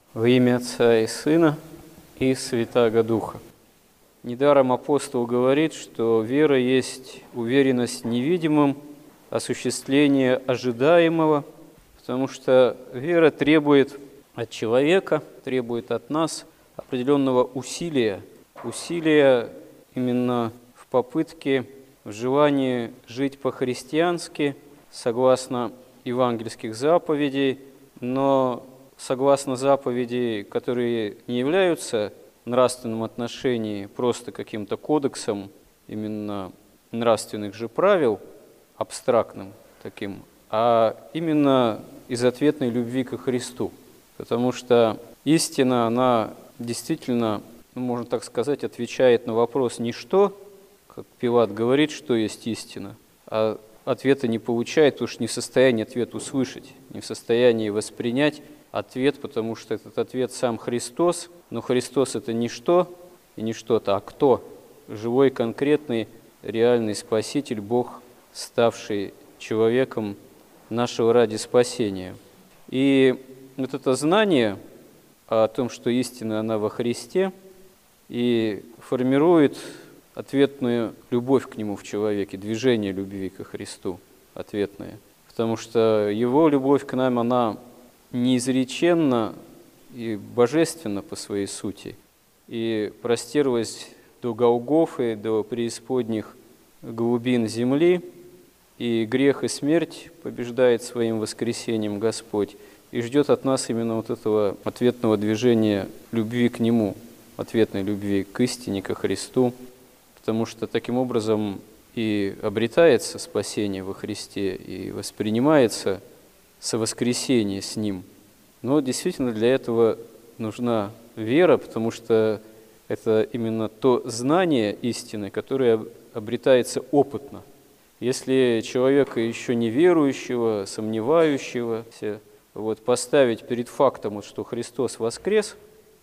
Во имя Отца и Сына и Святаго Духа. Недаром апостол говорит, что вера есть уверенность в невидимом, осуществление ожидаемого, потому что вера требует от человека, требует от нас определенного усилия именно в попытке, в желании жить по-христиански, согласно евангельских заповедей, но согласно заповедей, которые не являются в нравственном отношении просто каким-то кодексом именно нравственных же правил, абстрактным таким, а именно из ответной любви ко Христу. Потому что истина, она действительно, можно так сказать, отвечает на вопрос не что, как Пилат говорит, что есть истина, а ответа не получает, потому что не в состоянии ответ услышать, не в состоянии воспринять ответ, потому что этот ответ сам Христос, но Христос это не что и не что-то, а кто? Живой, конкретный, реальный Спаситель, Бог, ставший человеком нашего ради спасения. И вот это знание о том, что истина, она во Христе, и формирует ответную любовь к Нему в человеке, движение любви ко Христу ответное. Потому что Его любовь к нам, она неизреченна и божественна по своей сути, и простерлась до Голгофы, до преисподних глубин земли, и грех и смерть побеждает своим воскресением Господь, и ждет от нас именно вот этого ответного движения любви к Нему, ответной любви к истине, ко Христу, потому что таким образом и обретается спасение во Христе, и воспринимается совоскресение с Ним. Но действительно для этого нужна вера, потому что это именно то знание истины, которое обретается опытно. Если человека еще неверующего, сомневающегося, поставить перед фактом, что Христос воскрес,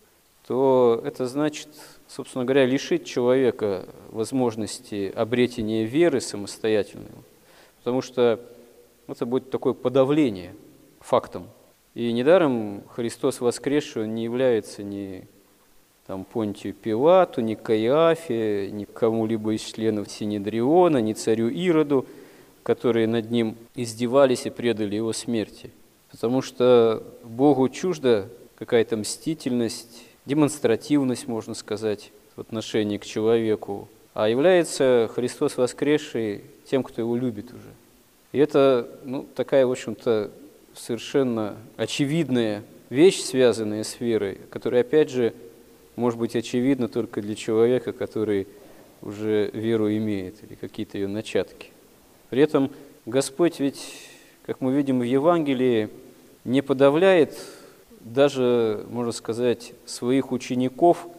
то это значит, собственно говоря, лишить человека возможности обретения веры самостоятельной, потому что это будет такое подавление фактом. И недаром Христос воскресший не является ни Понтию Пилату, ни Каиафе, ни кому-либо из членов Синедриона, ни царю Ироду, которые над ним издевались и предали его смерти. Потому что Богу чужда какая-то мстительность, демонстративность, можно сказать, в отношении к человеку, а является Христос воскресший тем, кто его любит уже. И это такая, в общем-то, совершенно очевидная вещь, связанная с верой, которая, опять же, может быть очевидна только для человека, который уже веру имеет, или какие-то ее начатки. При этом Господь ведь, как мы видим в Евангелии, не подавляет даже, можно сказать, своих учеников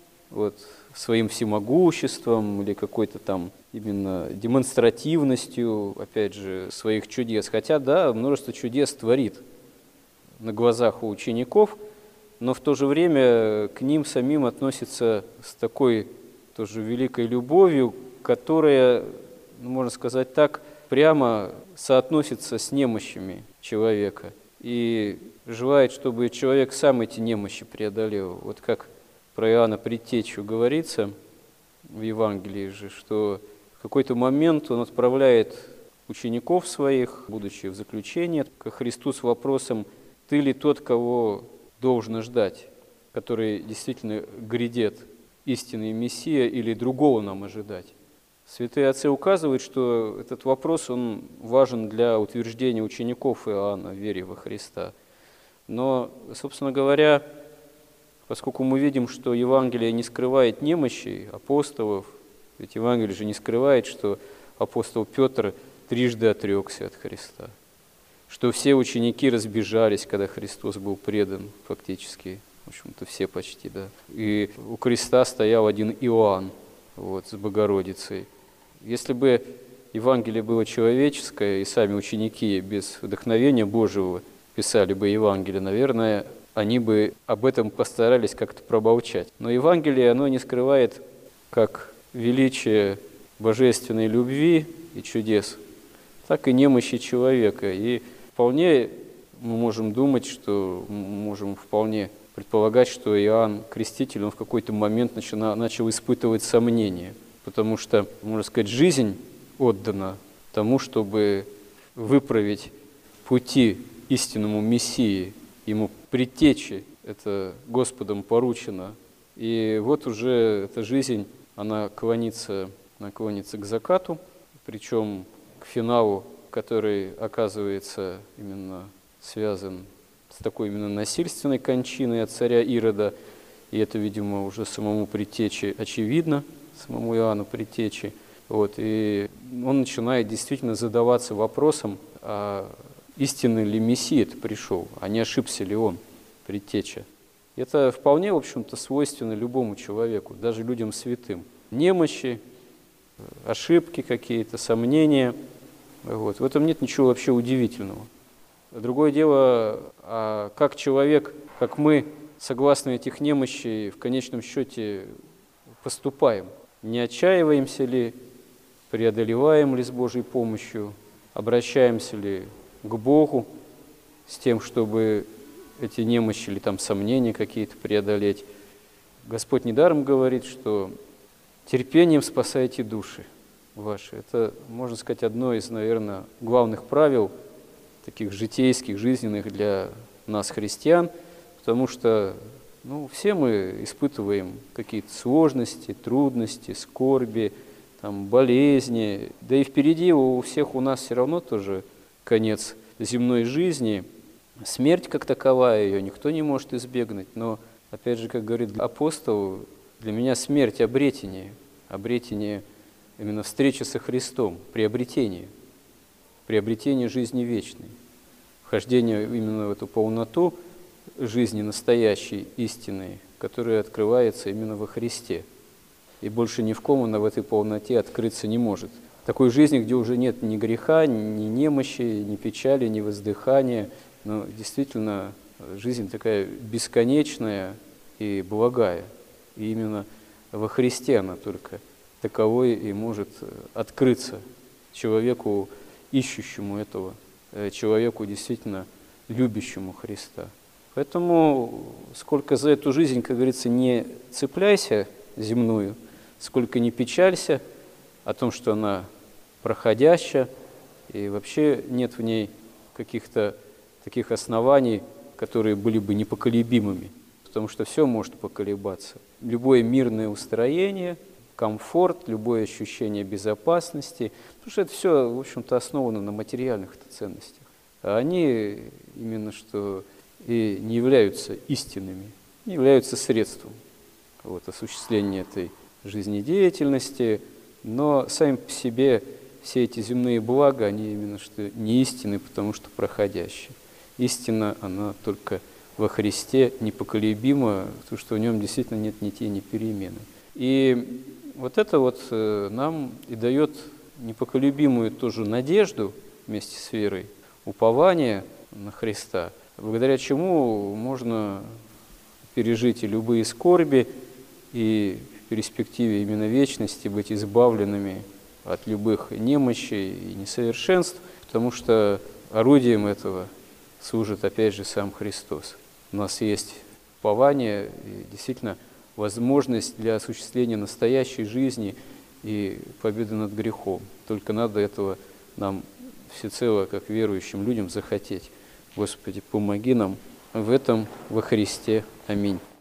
своим всемогуществом или какой-то именно демонстративностью, опять же, своих чудес. Хотя, да, множество чудес творит на глазах у учеников, но в то же время к ним самим относится с такой тоже великой любовью, которая, можно сказать так, прямо соотносится с немощами человека и желает, чтобы человек сам эти немощи преодолел. Вот как про Иоанна Предтечу говорится в Евангелии же, что в какой-то момент он отправляет учеников своих, будучи в заключении, ко Христу с вопросом: «Ты ли тот, кого должно ждать, который действительно грядет, истинный Мессия, или другого нам ожидать?» Святые отцы указывают, что этот вопрос, он важен для утверждения учеников Иоанна в вере во Христа. Но, собственно говоря, поскольку мы видим, что Евангелие не скрывает немощей апостолов, ведь Евангелие же не скрывает, что апостол Петр трижды отрекся от Христа, что все ученики разбежались, когда Христос был предан фактически, в общем-то все почти, да. И у креста стоял один Иоанн с Богородицей. Если бы Евангелие было человеческое, и сами ученики без вдохновения Божьего писали бы Евангелие, наверное, они бы об этом постарались как-то промолчать. Но Евангелие, оно не скрывает как величие божественной любви и чудес, так и немощи человека. И вполне мы можем думать, что мы можем вполне предполагать, что Иоанн Креститель, он в какой-то момент начал испытывать сомнения, потому что, можно сказать, жизнь отдана тому, чтобы выправить пути истинному Мессии, ему предтечи, это Господом поручено. И вот уже эта жизнь, она клонится к закату, причем к финалу, который оказывается именно связан с такой именно насильственной кончиной от царя Ирода, и это, видимо, уже самому предтече очевидно, самому Иоанну предтече. Вот, и он начинает действительно задаваться вопросом, а истинный ли Мессия это пришел, а не ошибся ли он, предтеча. Это вполне, в общем-то, свойственно любому человеку, даже людям святым. Немощи, ошибки какие-то, сомнения. Вот. В этом нет ничего вообще удивительного. Другое дело, а как человек, как мы, согласно этих немощей, в конечном счете поступаем? Не отчаиваемся ли, преодолеваем ли с Божьей помощью, обращаемся ли к Богу с тем, чтобы эти немощи или там сомнения какие-то преодолеть? Господь недаром говорит, что терпением спасайте души ваши. Это, можно сказать, одно из, наверное, главных правил, таких житейских, жизненных для нас, христиан, потому что все мы испытываем какие-то сложности, трудности, скорби, там, болезни, да и впереди у всех у нас все равно тоже конец земной жизни, смерть как таковая, ее никто не может избегнуть, но, опять же, как говорит апостол, для меня смерть – обретение именно встречи со Христом, приобретение жизни вечной, вхождение именно в эту полноту жизни настоящей, истинной, которая открывается именно во Христе. И больше ни в ком она в этой полноте открыться не может. Такой жизни, где уже нет ни греха, ни немощи, ни печали, ни воздыхания, но действительно жизнь такая бесконечная и благая. И именно во Христе она только таковой и может открыться человеку, ищущему этого, человеку действительно любящему Христа. Поэтому сколько за эту жизнь, как говорится, не цепляйся земную, сколько не печалься о том, что она проходящая, и вообще нет в ней каких-то таких оснований, которые были бы непоколебимыми, потому что все может поколебаться. Любое мирное устроение, комфорт, любое ощущение безопасности, потому что это все, в общем-то, основано на материальных ценностях. А они именно что и не являются истинными, не являются средством осуществления этой жизнедеятельности, но сами по себе все эти земные блага, они именно что не истинны, потому что проходящие. Истина, она только во Христе непоколебима, потому что в нем действительно нет ни тени перемены. И вот это нам и дает непоколебимую тоже надежду вместе с верой, упование на Христа, благодаря чему можно пережить и любые скорби, и в перспективе именно вечности быть избавленными от любых немощей и несовершенств, потому что орудием этого служит, опять же, сам Христос. У нас есть упование и действительно возможность для осуществления настоящей жизни и победы над грехом. Только надо этого нам всецело, как верующим людям, захотеть. Господи, помоги нам в этом во Христе. Аминь.